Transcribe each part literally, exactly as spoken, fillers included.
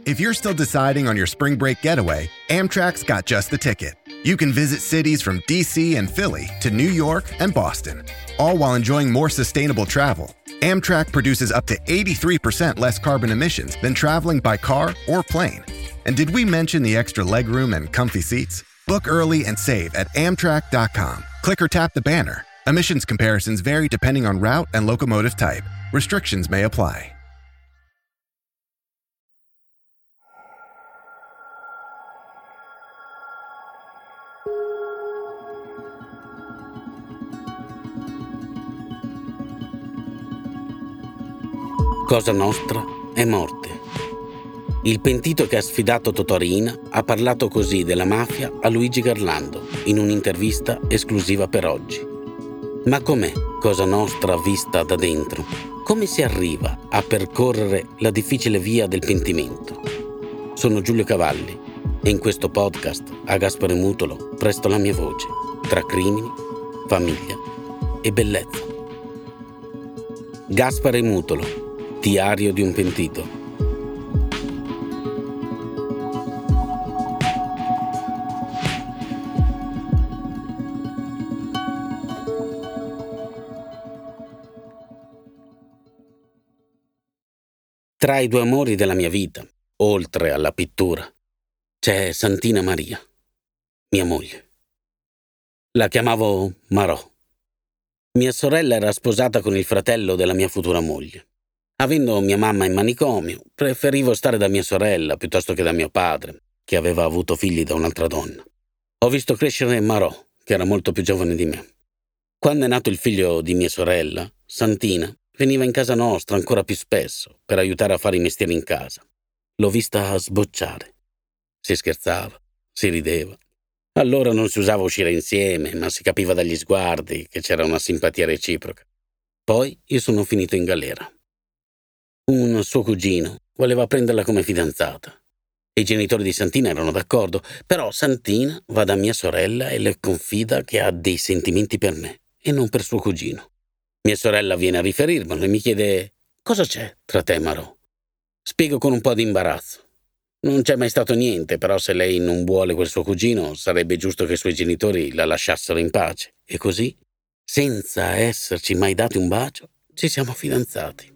If you're still deciding on your spring break getaway, Amtrak's got just the ticket. You can visit cities from D C and Philly to New York and Boston, all while enjoying more sustainable travel. Amtrak produces up to eighty-three percent less carbon emissions than traveling by car or plane. And did we mention the extra legroom and comfy seats? Book early and save at Amtrak dot com. Click or tap the banner. Emissions comparisons vary depending on route and locomotive type. Restrictions may apply. Cosa Nostra è morte. Il pentito che ha sfidato Totò Riina ha parlato così della mafia a Luigi Garlando in un'intervista esclusiva per oggi. Ma com'è Cosa Nostra vista da dentro? Come si arriva a percorrere la difficile via del pentimento? Sono Giulio Cavalli e in questo podcast a Gaspare Mutolo presto la mia voce tra crimini, famiglia e bellezza. Gaspare Mutolo, Diario di un pentito. Tra i due amori della mia vita, oltre alla pittura, c'è Santina Maria, mia moglie. La chiamavo Marò. Mia sorella era sposata con il fratello della mia futura moglie. Avendo mia mamma in manicomio, preferivo stare da mia sorella piuttosto che da mio padre, che aveva avuto figli da un'altra donna. Ho visto crescere Marò, che era molto più giovane di me. Quando è nato il figlio di mia sorella, Santina, veniva in casa nostra ancora più spesso per aiutare a fare i mestieri in casa. L'ho vista sbocciare. Si scherzava, si rideva. Allora non si usava uscire insieme, ma si capiva dagli sguardi che c'era una simpatia reciproca. Poi io sono finito in galera. Un suo cugino voleva prenderla come fidanzata. I genitori di Santina erano d'accordo, però Santina va da mia sorella e le confida che ha dei sentimenti per me e non per suo cugino. Mia sorella viene a riferirmelo e mi chiede: cosa c'è tra te e Marò? Spiego con un po' di imbarazzo. Non c'è mai stato niente, però se lei non vuole quel suo cugino, sarebbe giusto che i suoi genitori la lasciassero in pace. E così, senza esserci mai dati un bacio, ci siamo fidanzati.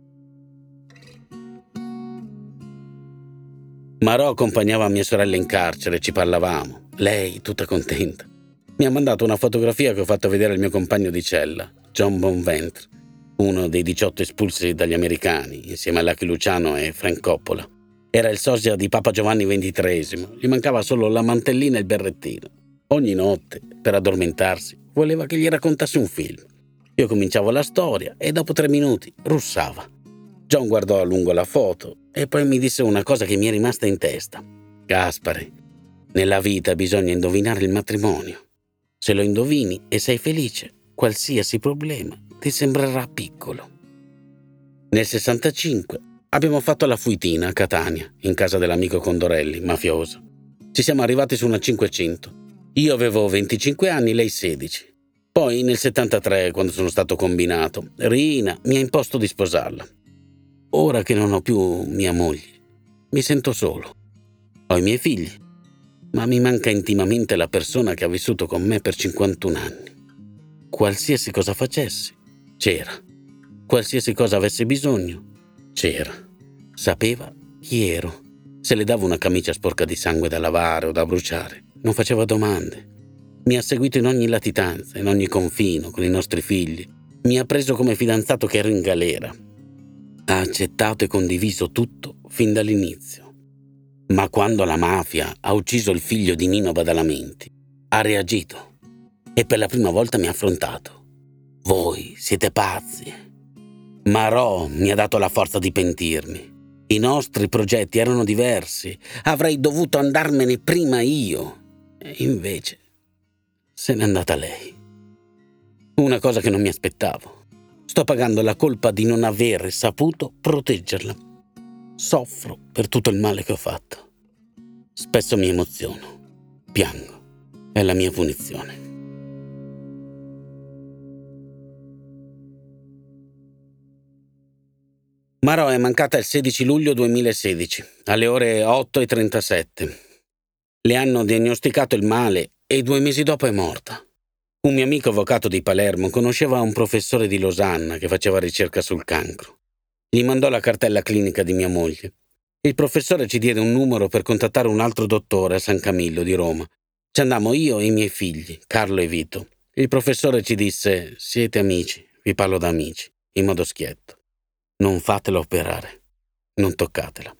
Marò accompagnava mia sorella in carcere e ci parlavamo. Lei, tutta contenta, mi ha mandato una fotografia che ho fatto vedere al mio compagno di cella, John Bonventre, uno dei diciotto espulsi dagli americani, insieme a Lucky Luciano e Frank Coppola. Era il sosia di Papa Giovanni ventitreesimo, gli mancava solo la mantellina e il berrettino. Ogni notte, per addormentarsi, voleva che gli raccontassi un film. Io cominciavo la storia e dopo tre minuti russava. John guardò a lungo la foto e poi mi disse una cosa che mi è rimasta in testa. Gaspare, nella vita bisogna indovinare il matrimonio. Se lo indovini e sei felice, qualsiasi problema ti sembrerà piccolo. Nel sessantacinque abbiamo fatto la fuitina a Catania, in casa dell'amico Condorelli, mafioso. Ci siamo arrivati su una cinquecento. Io avevo venticinque anni, lei sedici. Poi nel settantatré, quando sono stato combinato, Riina mi ha imposto di sposarla. Ora che non ho più mia moglie, mi sento solo. Ho i miei figli, ma mi manca intimamente la persona che ha vissuto con me per cinquantuno anni. Qualsiasi cosa facessi, c'era. Qualsiasi cosa avessi bisogno, c'era. Sapeva chi ero. Se le davo una camicia sporca di sangue da lavare o da bruciare, non faceva domande. Mi ha seguito in ogni latitanza, in ogni confino con i nostri figli. Mi ha preso come fidanzato che ero in galera. Ha accettato e condiviso tutto fin dall'inizio. Ma quando la mafia ha ucciso il figlio di Nino Badalamenti, ha reagito e per la prima volta mi ha affrontato. Voi siete pazzi. Marò mi ha dato la forza di pentirmi. I nostri progetti erano diversi. Avrei dovuto andarmene prima io. E invece se n'è andata lei. Una cosa che non mi aspettavo. Sto pagando la colpa di non aver saputo proteggerla. Soffro per tutto il male che ho fatto. Spesso mi emoziono. Piango. È la mia punizione. Marò è mancata il sedici luglio duemilasedici, alle ore otto e trentasette. Le hanno diagnosticato il male e due mesi dopo è morta. Un mio amico avvocato di Palermo conosceva un professore di Losanna che faceva ricerca sul cancro. Gli mandò la cartella clinica di mia moglie. Il professore ci diede un numero per contattare un altro dottore a San Camillo di Roma. Ci andammo io e i miei figli, Carlo e Vito. Il professore ci disse: siete amici, vi parlo da amici, in modo schietto. Non fatela operare, non toccatela.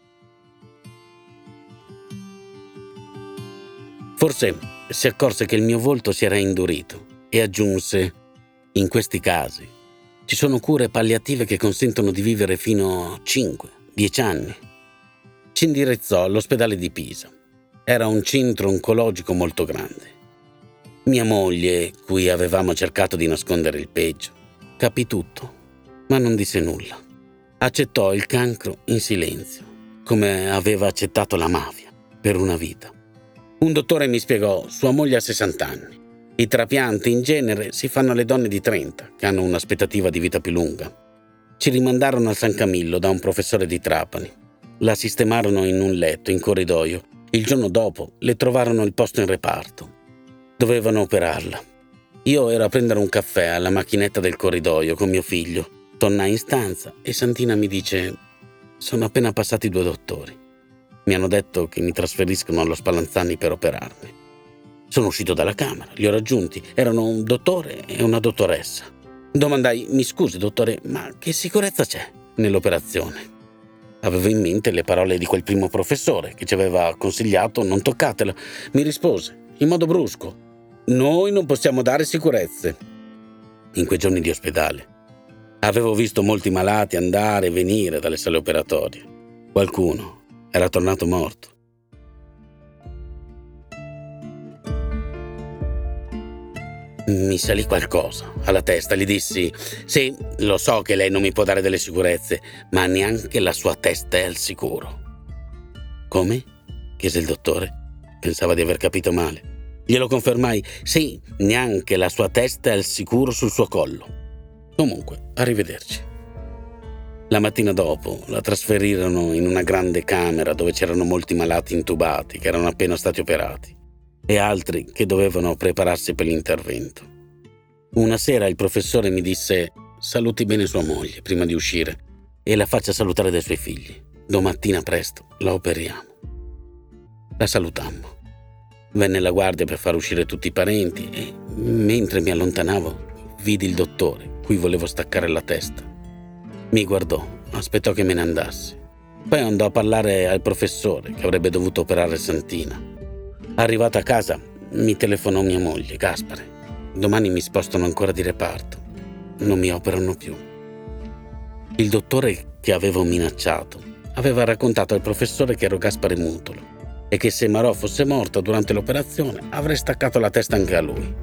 Forse si accorse che il mio volto si era indurito e aggiunse: in questi casi ci sono cure palliative che consentono di vivere fino a cinque dieci anni. Ci indirizzò all'ospedale di Pisa. Era un centro oncologico molto grande. Mia moglie, cui avevamo cercato di nascondere il peggio, capì tutto, ma non disse nulla. Accettò il cancro in silenzio, come aveva accettato la mafia, per una vita. Un dottore mi spiegò: sua moglie ha sessanta anni. I trapianti in genere si fanno alle donne di trenta, che hanno un'aspettativa di vita più lunga. Ci rimandarono a San Camillo da un professore di Trapani. La sistemarono in un letto, in corridoio. Il giorno dopo le trovarono il posto in reparto. Dovevano operarla. Io ero a prendere un caffè alla macchinetta del corridoio con mio figlio. Tornai in stanza e Santina mi dice: sono appena passati due dottori. Mi hanno detto che mi trasferiscono allo Spallanzani per operarmi. Sono uscito dalla camera, li ho raggiunti. Erano un dottore e una dottoressa. Domandai: mi scusi dottore, ma che sicurezza c'è nell'operazione? Avevo in mente le parole di quel primo professore che ci aveva consigliato: non toccatela. Mi rispose in modo brusco: noi non possiamo dare sicurezze. In quei giorni di ospedale avevo visto molti malati andare e venire dalle sale operatorie. Qualcuno era tornato morto. Mi salì qualcosa alla testa. Gli dissi: sì, lo so che lei non mi può dare delle sicurezze, ma neanche la sua testa è al sicuro. Come? Chiese il dottore. Pensava di aver capito male. Glielo confermai: sì, neanche la sua testa è al sicuro sul suo collo. Comunque, arrivederci. La mattina dopo la trasferirono in una grande camera dove c'erano molti malati intubati che erano appena stati operati e altri che dovevano prepararsi per l'intervento. Una sera il professore mi disse: saluti bene sua moglie prima di uscire e la faccia salutare dai suoi figli. Domattina presto la operiamo. La salutammo. Venne la guardia per far uscire tutti i parenti e, mentre mi allontanavo, vidi il dottore cui volevo staccare la testa. Mi guardò, aspettò che me ne andassi. Poi andò a parlare al professore che avrebbe dovuto operare Santina. Arrivato a casa, mi telefonò mia moglie, Gaspare. Domani mi spostano ancora di reparto. Non mi operano più. Il dottore che avevo minacciato aveva raccontato al professore che ero Gaspare Mutolo e che se Marò fosse morto durante l'operazione avrei staccato la testa anche a lui.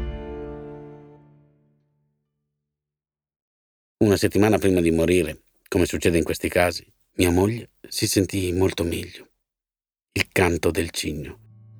Una settimana prima di morire, come succede in questi casi, mia moglie si sentì molto meglio. Il canto del cigno.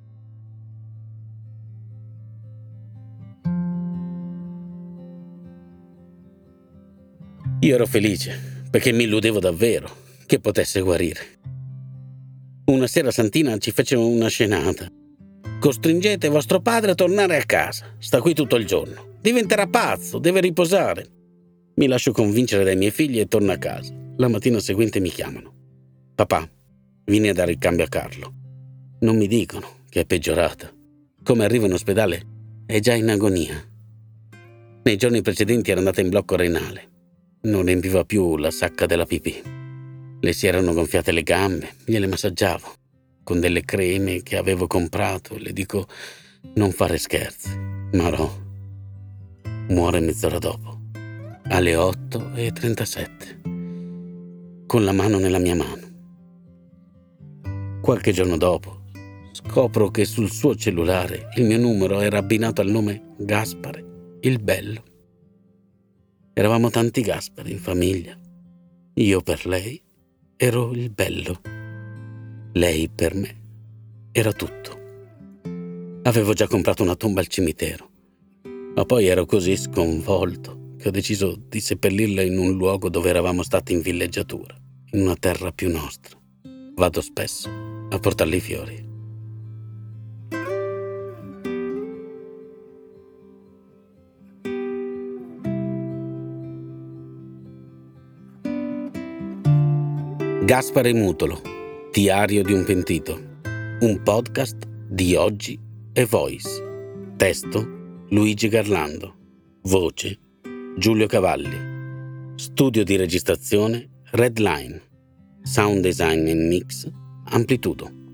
Io ero felice perché mi illudevo davvero che potesse guarire. Una sera Santina ci fece una scenata. Costringete vostro padre a tornare a casa. Sta qui tutto il giorno. Diventerà pazzo, deve riposare. Mi lascio convincere dai miei figli e torno a casa. La mattina seguente mi chiamano. Papà, vieni a dare il cambio a Carlo. Non mi dicono che è peggiorata. Come arrivo in ospedale è già in agonia. Nei giorni precedenti era andata in blocco renale. Non riempiva più la sacca della pipì. Le si erano gonfiate le gambe, gliele massaggiavo con delle creme che avevo comprato. Le dico: non fare scherzi. Marò muore mezz'ora dopo, alle otto e trentasette, con la mano nella mia mano. Qualche giorno dopo scopro che sul suo cellulare il mio numero era abbinato al nome Gaspare il Bello. Eravamo tanti Gaspare in famiglia. Io per lei ero il bello. Lei per me era tutto. Avevo già comprato una tomba al cimitero, ma poi ero così sconvolto che che ho deciso di seppellirla in un luogo dove eravamo stati in villeggiatura, in una terra più nostra. Vado spesso a portarle i fiori. Gaspare Mutolo, Diario di un pentito, un podcast di Oggi e Voice. Testo Luigi Garlando, voce Giulio Cavalli, studio di registrazione Redline, sound design e mix Amplitudo.